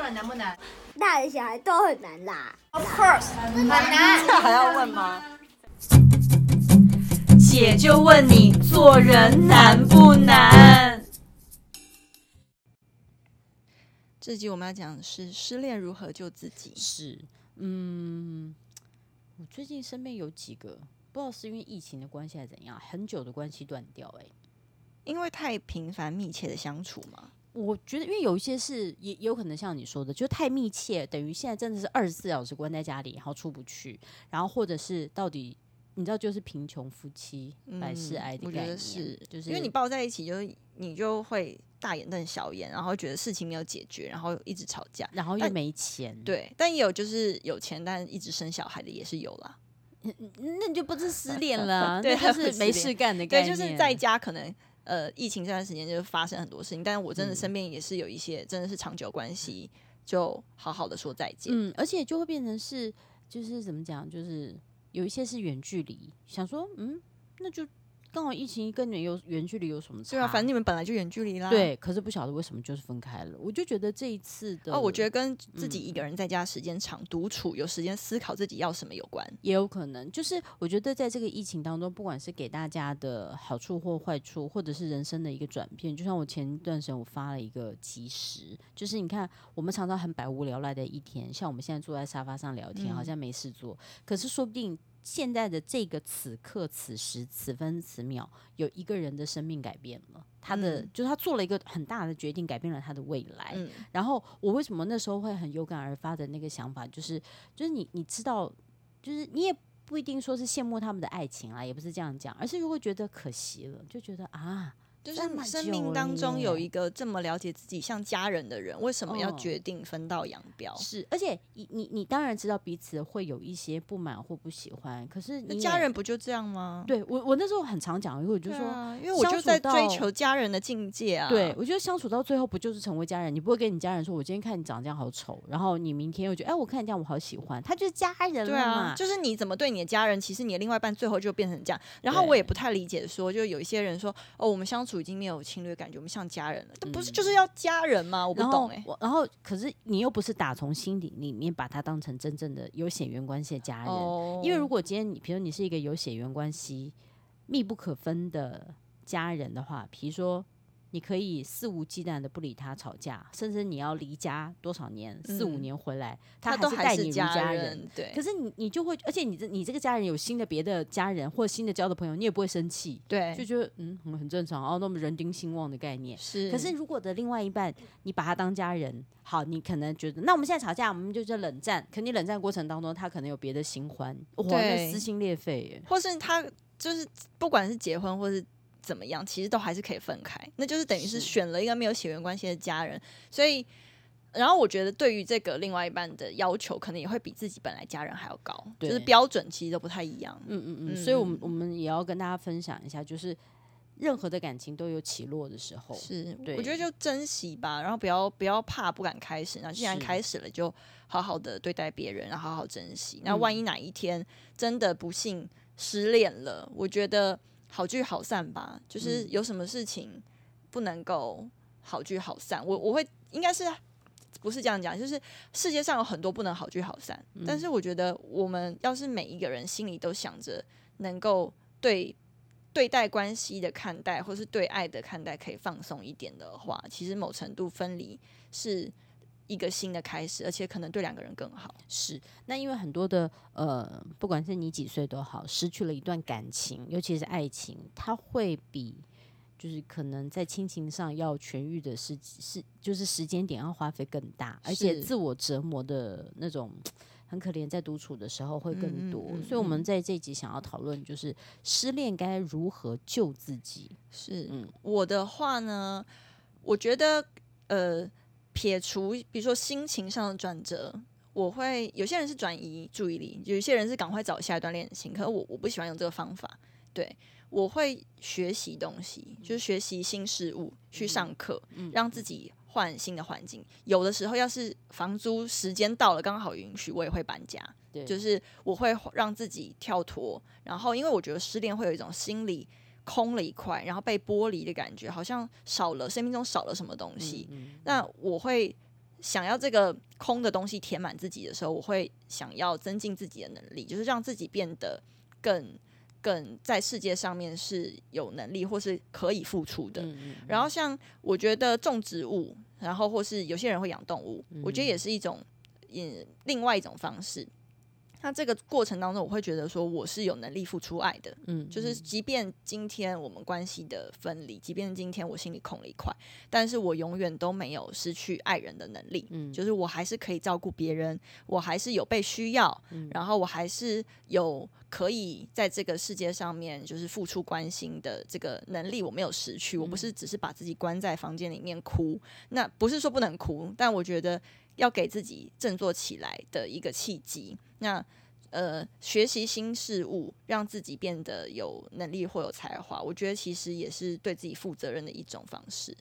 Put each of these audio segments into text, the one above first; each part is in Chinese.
了难不难？ 大人小孩都很难啦。 Of course， 很难。 这还要问吗？ 姐就问你，做人难不难？ 这集我们要讲的是失恋如何救自己。 是，我最近身边有几个，不知道是因为疫情的关系还是怎样，很久的关系断掉、 因为太频繁密切的相处嘛。 我觉得，因为有一些是也有可能像你说的，就太密切，等于现在真的是24小时关在家里，然后出不去，然后或者是到底你知道，就是贫穷夫妻百事哀的概念， 我觉得是， 就是因为你抱在一起，你就会大眼瞪小眼，然后觉得事情没有解决，然后一直吵架， 然后又没钱， 对，但也有就是有钱但一直生小孩的也是有啦。 那你就不是失恋了、啊， 对， 那就是没事干的概对， 念。 就是在家可能疫情这段时间就发生很多事情，但是我真的身边也是有一些真的是长久关系，就好好的说再见。 而且就会变成是，就是怎么讲，就是有一些是远距离，想说，那就刚好疫情跟你有远距离有什么差？ 对啊，反正你们本来就远距离啦。 对，可是不晓得为什么就是分开了。我就觉得这一次的我觉得跟自己一个人在家时间长、独处有时间思考自己要什么有关， 也有可能。就是我觉得在这个疫情当中，不管是给大家的好处或坏处，或者是人生的一个转变，就像我前一段时间我发了一个即时，就是你看我们常常很百无聊赖的一天，像我们现在坐在沙发上聊天，好像没事做，可是说不定现在的这个此刻此时此分此秒，有一个人的生命改变了，他的、就是他做了一个很大的决定，改变了他的未来。然后我为什么那时候会很有感而发的那个想法，就是你知道，就是你也不一定说是羡慕他们的爱情啦，也不是这样讲，而是如果觉得可惜了，就觉得啊。 就是你生命当中有一个这么了解自己像家人的人，为什么要决定分道扬镳？ 是，而且你当然知道彼此会有一些不满或不喜欢，可是你家人不就这样吗？ 对，我那时候很常讲，因为我就说、 因为我就在追求家人的境界啊。 对，我觉得相处到最后不就是成为家人？你不会跟你家人说，我今天看你长这样好丑，然后你明天又觉得，我看你这样我好喜欢，他就是家人了嘛。 就是你怎么对你的家人，其实你的另外一半最后就变成这样。然后我也不太理解说，就有一些人说，我们相处已经没有侵略感觉，我们像家人了，这不是就是要家人吗？我不懂然后可是你又不是打从心里面把他当成真正的有血缘关系的家人，因为如果今天比如你是一个有血缘关系密不可分的家人的话，比如说你可以肆无忌惮的不理他吵架，甚至你要离家多少年4-5年回来，他还是待你如家人。 对， 可是你就会，而且你这个家人有新的别的家人或新的交的朋友，你也不会生气， 对， 就觉得很正常哦，那么人丁兴旺的概念是。 可是如果的另外一半你把他当家人，好，你可能觉得那我们现在吵架，我们就冷战，可你冷战过程当中他可能有别的新欢，哇，那撕心裂肺耶。 或是他就是不管是结婚或是怎么样，其实都还是可以分开，那就是等于是选了一个没有血缘关系的家人，所以，然后我觉得对于这个另外一半的要求，可能也会比自己本来家人还要高，就是标准其实都不太一样。 所以我们也要跟大家分享一下，就是任何的感情都有起落的时候， 是，我觉得就珍惜吧，然后不要怕不敢开始，那既然开始了，就好好的对待别人，然后好好珍惜。那万一哪一天真的不幸失恋了，我觉得好聚好散吧，就是有什么事情不能够好聚好散，我会应该是不是这样讲，就是世界上有很多不能好聚好散，但是我觉得我们要是每一个人心里都想着能够对待关系的看待，或是对爱的看待可以放松一点的话，其实某程度分离是一个新的开始，而且可能对两个人更好。 是，那因为很多的不管是你几岁都好，失去了一段感情，尤其是爱情，它会比就是可能在亲情上要痊愈的就是时间点要花费更大，而且自我折磨的那种很可怜，在独处的时候会更多。所以我们在这一集想要讨论，就是失恋该如何救自己。 我的话呢，我觉得撇除比如说心情上的转折，我会有些人是转移注意力，有些人是赶快找下一段恋情，可是我不喜欢用这个方法。对，我会学习东西，就是学习新事物，去上课，让自己换新的环境。有的时候要是房租时间到了刚好允许，我也会搬家。就是我会让自己跳脱，然后因为我觉得失恋会有一种心理空了一块，然后被剥离的感觉，好像生命中少了什么东西。那我会想要这个空的东西填满自己的时候，我会想要增进自己的能力，就是让自己变得更在世界上面是有能力或是可以付出的。然后像我觉得种植物，然后或是有些人会养动物，我觉得也是一种另外一种方式。那这个过程当中，我会觉得说我是有能力付出爱的，就是即便今天我们关系的分离，即便今天我心里空了一块，但是我永远都没有失去爱人的能力，就是我还是可以照顾别人，我还是有被需要，然后我还是有可以在这个世界上面就是付出关心的这个能力，我没有失去，我不是只是把自己关在房间里面哭，那不是说不能哭，但我觉得要给自己振作起来的一个契机。那学习新事物，让自己变得有能力或有才华，我觉得其实也是对自己负责任的一种方式。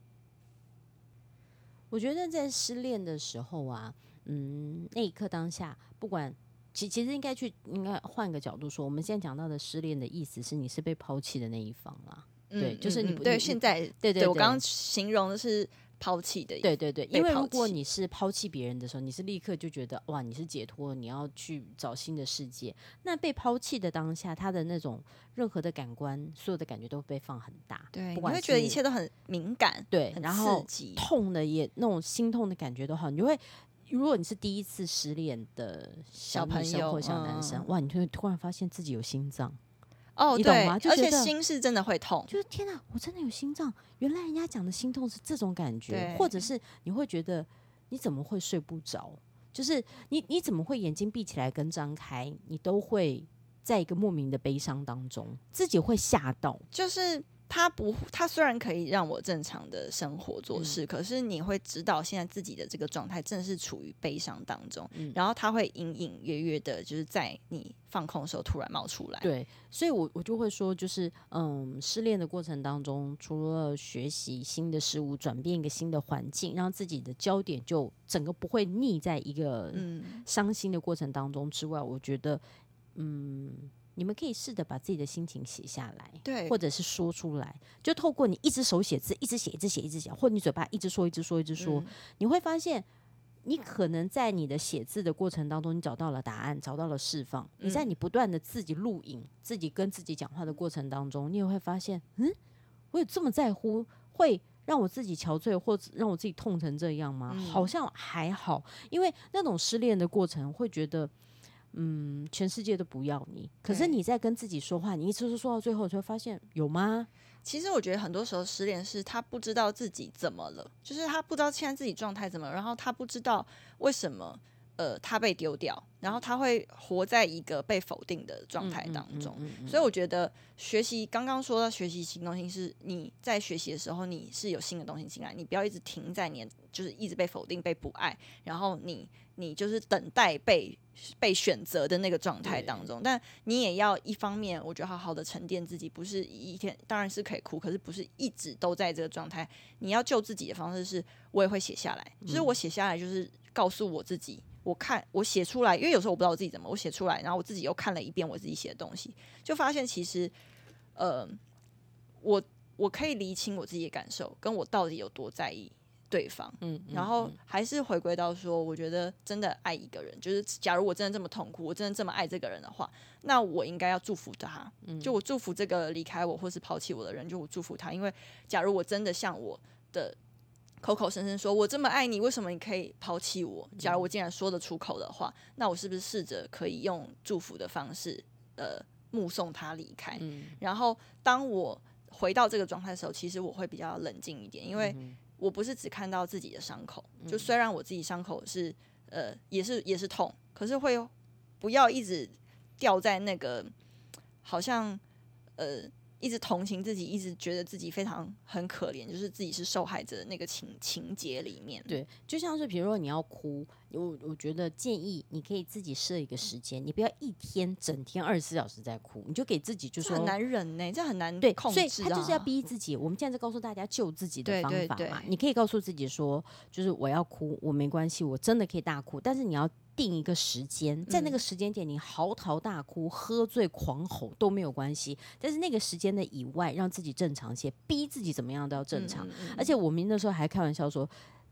我觉得在失恋的时候啊，那一刻当下，不管其实应该换个角度说，我们现在讲到的失恋的意思是你是被抛弃的那一方啦。对，就是你对现在对我刚刚形容的是抛弃的， 对，因为如果你是抛弃别人的时候，你是立刻就觉得哇，你是解脱，你要去找新的世界。那被抛弃的当下，他的那种任何的感官，所有的感觉都被放很大， 对， 不管你会觉得一切都很敏感， 对， 很然后刺激， 痛的也那种心痛的感觉都好，你就会。如果你是第一次失恋的小朋友或小男生，哇，你就会突然发现自己有心脏。你懂吗？ 而且心是真的会痛， 就是天哪，我真的有心脏！原来人家讲的心痛是这种感觉，或者是你会觉得你怎么会睡不着？就是你怎么会眼睛闭起来跟张开，你都会在一个莫名的悲伤当中，自己会吓到。 就是他虽然可以让我正常的生活做事，可是你会知道现在自己的这个状态正是处于悲伤当中，然后他会隐隐约约的，就是在你放空的时候突然冒出来。 对，所以我就会说，就是失恋的过程当中，除了学习新的事物，转变一个新的环境，让自己的焦点就整个不会腻在一个伤心的过程当中之外，我觉得你们可以试着把自己的心情写下来， 对， 或者是说出来，就透过你一只手写字，一直写，或者你嘴巴一直说，你会发现，你可能在你的写字的过程当中，你找到了答案，找到了释放。你在你不断的自己录影、自己跟自己讲话的过程当中，你也会发现，我有这么在乎，会让我自己憔悴，或者让我自己痛成这样吗？好像还好，因为那种失恋的过程，会觉得。全世界都不要你，可是你在跟自己说话，你一直说到最后，就会发现有吗？ 其实我觉得很多时候失恋是他不知道自己怎么了，就是他不知道现在自己状态怎么了，然后他不知道为什么他被丢掉，然后他会活在一个被否定的状态当中。所以我觉得刚刚说到学习新东西，是你在学习的时候你是有新的东西进来，你不要一直停在你就是一直被否定被不爱，然后你就是等待被选择的那个状态当中，但你也要一方面我觉得好好的沉淀自己，不是一天当然是可以哭，可是不是一直都在这个状态。你要救自己的方式是我也会写下来，就是我写下来就是告诉我自己，我写出来，因为有时候我不知道我自己怎么，我写出来，然后我自己又看了一遍我自己写的东西，就发现其实我可以厘清我自己的感受，跟我到底有多在意对方，然后还是回归到说，我觉得真的爱一个人，就是假如我真的这么痛苦，我真的这么爱这个人的话，那我应该要祝福他，就我祝福这个离开我或是抛弃我的人，就我祝福他，因为假如我真的像我的口口声声说我这么爱你，为什么你可以抛弃我？假如我竟然说得出口的话，那我是不是试着可以用祝福的方式，目送他离开？然后当我回到这个状态的时候，其实我会比较冷静一点，因为我不是只看到自己的伤口，就虽然我自己伤口是也是痛，可是会不要一直掉在那个好像一直同情自己，一直觉得自己很可怜，就是自己是受害者的那个情节里面。 对，就像是比如说你要哭，我觉得建议你可以自己设一个时间，你不要一天整天24小时在哭，你就给自己就说很难忍呢，这很难控制， 所以他就是要逼自己。我们现在在告诉大家救自己的方法嘛，你可以告诉自己说，就是我要哭，我没关系，我真的可以大哭，但是你要定一个时间，在那个时间点，你嚎啕大哭、喝醉、狂吼都没有关系，但是那个时间的以外，让自己正常些，逼自己怎么样都要正常。而且我们那时候还开玩笑说，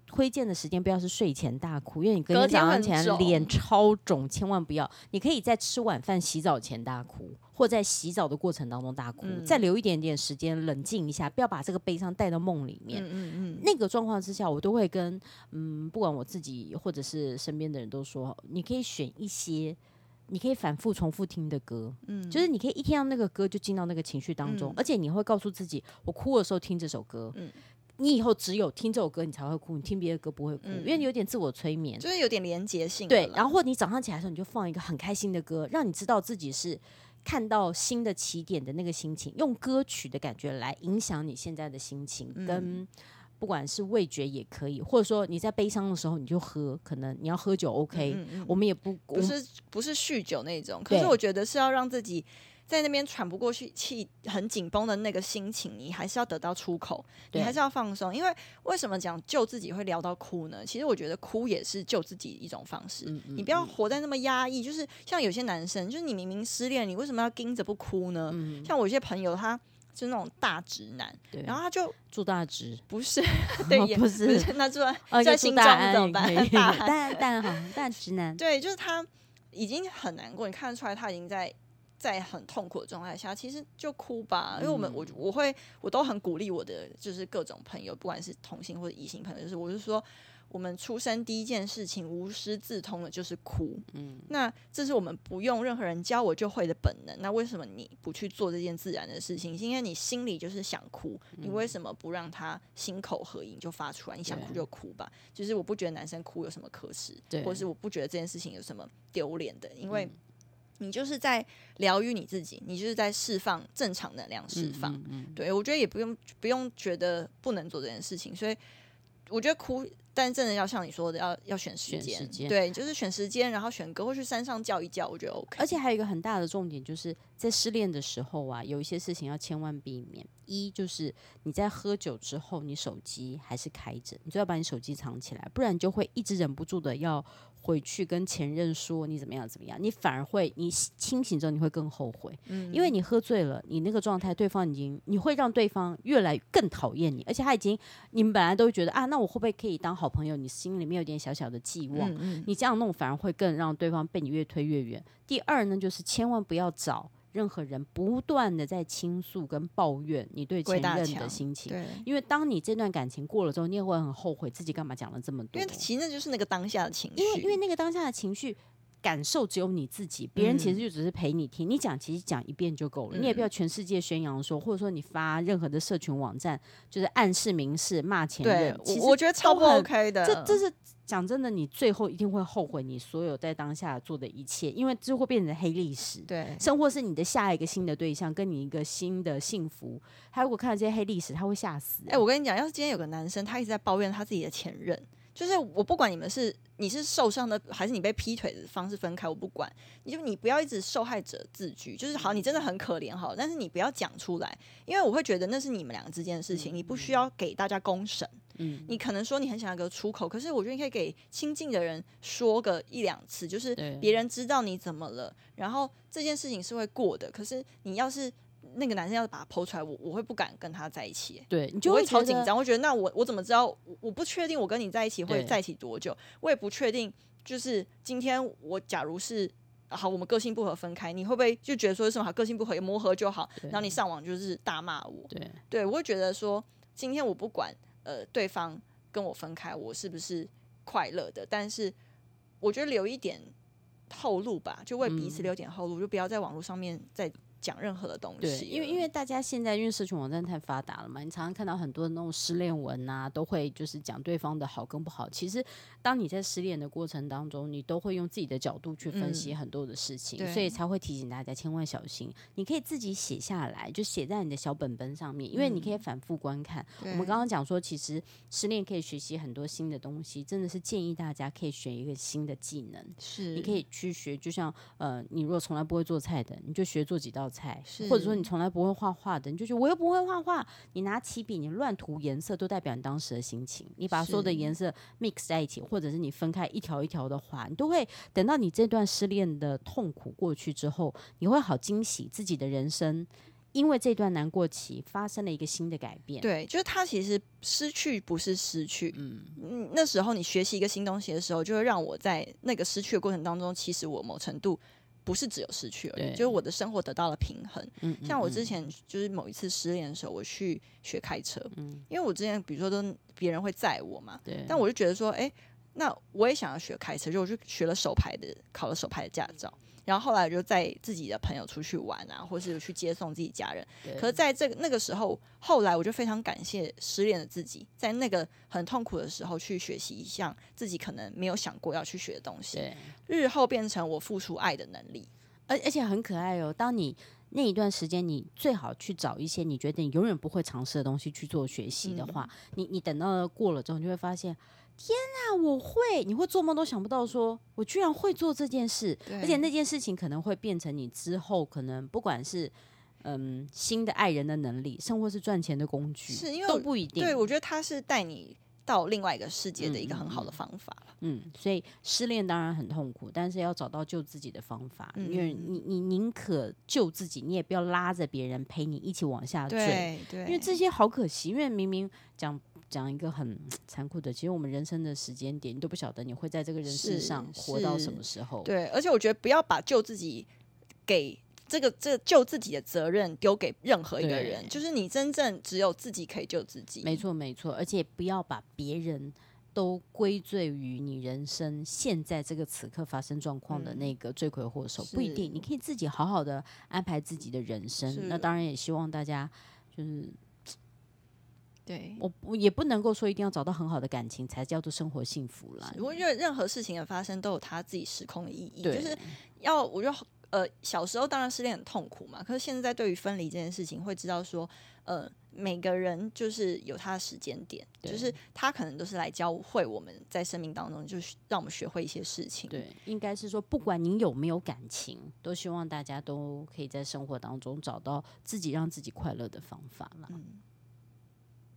推荐的时间不要是睡前大哭，因为你隔隔天天早上起来很肿脸超肿，千万不要。你可以在吃晚饭、洗澡前大哭，或在洗澡的过程当中大哭，再留一点点时间冷静一下，不要把这个悲伤带到梦里面。那个状况之下，我都会跟不管我自己或者是身边的人都说，你可以选一些。你可以反复重复听的歌，就是你可以一听到那个歌就进到那个情绪当中，而且你会告诉自己，我哭的时候听这首歌，你以后只有听这首歌你才会哭，你听别的歌不会哭，因为你有点自我催眠， 就是有点连结性。 对，然后或你早上起来的时候你就放一个很开心的歌，让你知道自己是看到新的起点的那个心情，用歌曲的感觉来影响你现在的心情，跟不管是味觉也可以，或者说你在悲伤的时候你就喝，可能你要喝酒 OK，我们也不是酗酒那种，可是我觉得是要让自己在那边喘不过气、很紧绷的那个心情，你还是要得到出口，你还是要放松。因为为什么讲救自己会聊到哭呢？其实我觉得哭也是救自己一种方式。你不要活在那么压抑，就是像有些男生，就是你明明失恋，你为什么要盯着不哭呢？像我有些朋友他。就那种大直男，然后他就住大直， 不是，对，也不是， 那住在心中怎么办？ 大直男， 对，就是他已经很难过，你看得出来他已经在很痛苦的状态下，其实就哭吧，因为我都很鼓励我的就是各种朋友，不管是同性或者异性朋友，就是我就说。我们出生第一件事情无师自通的就是哭，那这是我们不用任何人教我就会的本能。那为什么你不去做这件自然的事情？是因为你心里就是想哭，你为什么不让他心口合一就发出来？你想哭就哭吧。就是我不觉得男生哭有什么可耻，或者是我不觉得这件事情有什么丢脸的，因为你就是在疗愈你自己，你就是在释放正常能量释放。对，我觉得也不用觉得不能做这件事情，所以我觉得哭。但真的要像你说的，要选时间，对，就是选时间，然后选歌，或去山上叫一叫，我觉得 OK。 而且还有一个很大的重点，就是在失恋的时候啊，有一些事情要千万避免。一就是你在喝酒之后，你手机还是开着，你就要把你手机藏起来，不然你就会一直忍不住的要回去跟前任说你怎么样怎么样，你反而会你清醒之后你会更后悔，因为你喝醉了，你那个状态，对方已经你会让对方越来更讨厌你，而且他已经你们本来都会觉得啊，那我会不会可以当好朋友？你心里面有点小小的寄望，你这样弄反而会更让对方被你越推越远。第二呢，就是千万不要找任何人不断的在倾诉跟抱怨你对前任的心情，因为当你这段感情过了之后，你也会很后悔自己干嘛讲了这么多， 因为其实那就是那个当下的情绪， 因为那个当下的情绪感受只有你自己，别人其实就只是陪你听，你讲其实讲一遍就够了，你也不要全世界宣扬说，或者说你发任何的社群网站就是暗示明示骂前任，其实我觉得超不 OK 的， 这是讲真的，你最后一定会后悔你所有在当下做的一切，因为这会变成黑历史。 对， 甚或是你的下一个新的对象跟你一个新的幸福，他如果看到这些黑历史，他会吓死。 我跟你讲，要是今天有个男生他一直在抱怨他自己的前任，就是我不管你是受伤的还是你被劈腿的方式分开，我不管，你不要一直受害者自居，就是好，你真的很可怜好，但是你不要讲出来，因为我会觉得那是你们两个之间的事情，你不需要给大家公审。你可能说你很想要个出口，可是我觉得你可以给亲近的人说个一两次，就是别人知道你怎么了，然后这件事情是会过的。可是你要是那个男生要把他剖出来，我会不敢跟他在一起， 对，你就会超紧张，我觉得那我怎么知道？我不确定我跟你在一起会在一起多久，我也不确定。就是今天我假如是好，我们个性不合分开，你会不会就觉得说什么好个性不合磨合就好？然后你上网就是大骂我，对，我会觉得说今天我不管对方跟我分开，我是不是快乐的？但是我觉得留一点后路吧，就为彼此留点后路，就不要在网络上面再讲任何的东西。 因为大家现在因为社群网站太发达了嘛，你常常看到很多那种失恋文啊，都会就是讲对方的好跟不好。其实当你在失恋的过程当中，你都会用自己的角度去分析很多的事情，所以才会提醒大家千万小心。你可以自己写下来，就写在你的小本本上面，因为你可以反复观看。我们刚刚讲说，其实失恋可以学习很多新的东西，真的是建议大家可以选一个新的技能， 是你可以去学。就像你如果从来不会做菜的，你就学做几道菜，或者说你从来不会画画的，你就觉得我又不会画画，你拿起笔你乱涂颜色，都代表你当时的心情。你把所有的颜色 mix 在一起，或者是你分开一条一条的画，你都会等到你这段失恋的痛苦过去之后，你会好惊喜自己的人生因为这段难过期发生了一个新的改变。 对，就是他其实失去不是失去，那时候你学习一个新东西的时候，就会让我在那个失去的过程当中，其实我某程度不是只有失去而已，就是我的生活得到了平衡。像我之前就是某一次失恋的时候，我去学开车，因为我之前比如说都别人会载我嘛，但我就觉得说，那我也想要学开车，就我去学了考了手牌的驾照。然后后来我就载自己的朋友出去玩啊，或是去接送自己家人。可是在那个时候，后来我就非常感谢失恋的自己，在那个很痛苦的时候去学习一项自己可能没有想过要去学的东西，日后变成我付出爱的能力。 而且很可爱哦。当你那一段时间，你最好去找一些你觉得你永远不会尝试的东西去做学习的话，你等到过了之后，你就会发现，天啊，我会！你会做梦都想不到说，我居然会做这件事，而且那件事情可能会变成你之后可能不管是新的爱人的能力，甚或是赚钱的工具， 是因为都不一定。 对，我觉得它是带你到另外一个世界的一个很好的方法。 所以失恋当然很痛苦，但是要找到救自己的方法，因为你宁可救自己，你也不要拉着别人陪你一起往下坠。 对， 因为这些好可惜，因为明明讲一个很残酷的，其实我们人生的时间点，你都不晓得你会在这个人世上活到什么时候。 对，而且我觉得不要把救自己给这救自己的责任丢给任何一个人，就是你真正只有自己可以救自己。 没错没错，而且不要把别人都归罪于你人生现在这个此刻发生状况的那个罪魁祸首，不一定，你可以自己好好的安排自己的人生。那当然也希望大家就是对， 我也不能够说一定要找到很好的感情才叫做生活幸福啦。 我觉得任何事情的发生都有它自己时空的意义，就是我觉得小时候当然失恋很痛苦嘛，可是现在对于分离这件事情，会知道说每个人就是有他的时间点，就是他可能都是来教会我们在生命当中，就是让我们学会一些事情。 对，应该是说不管你有没有感情，都希望大家都可以在生活当中找到自己让自己快乐的方法啦。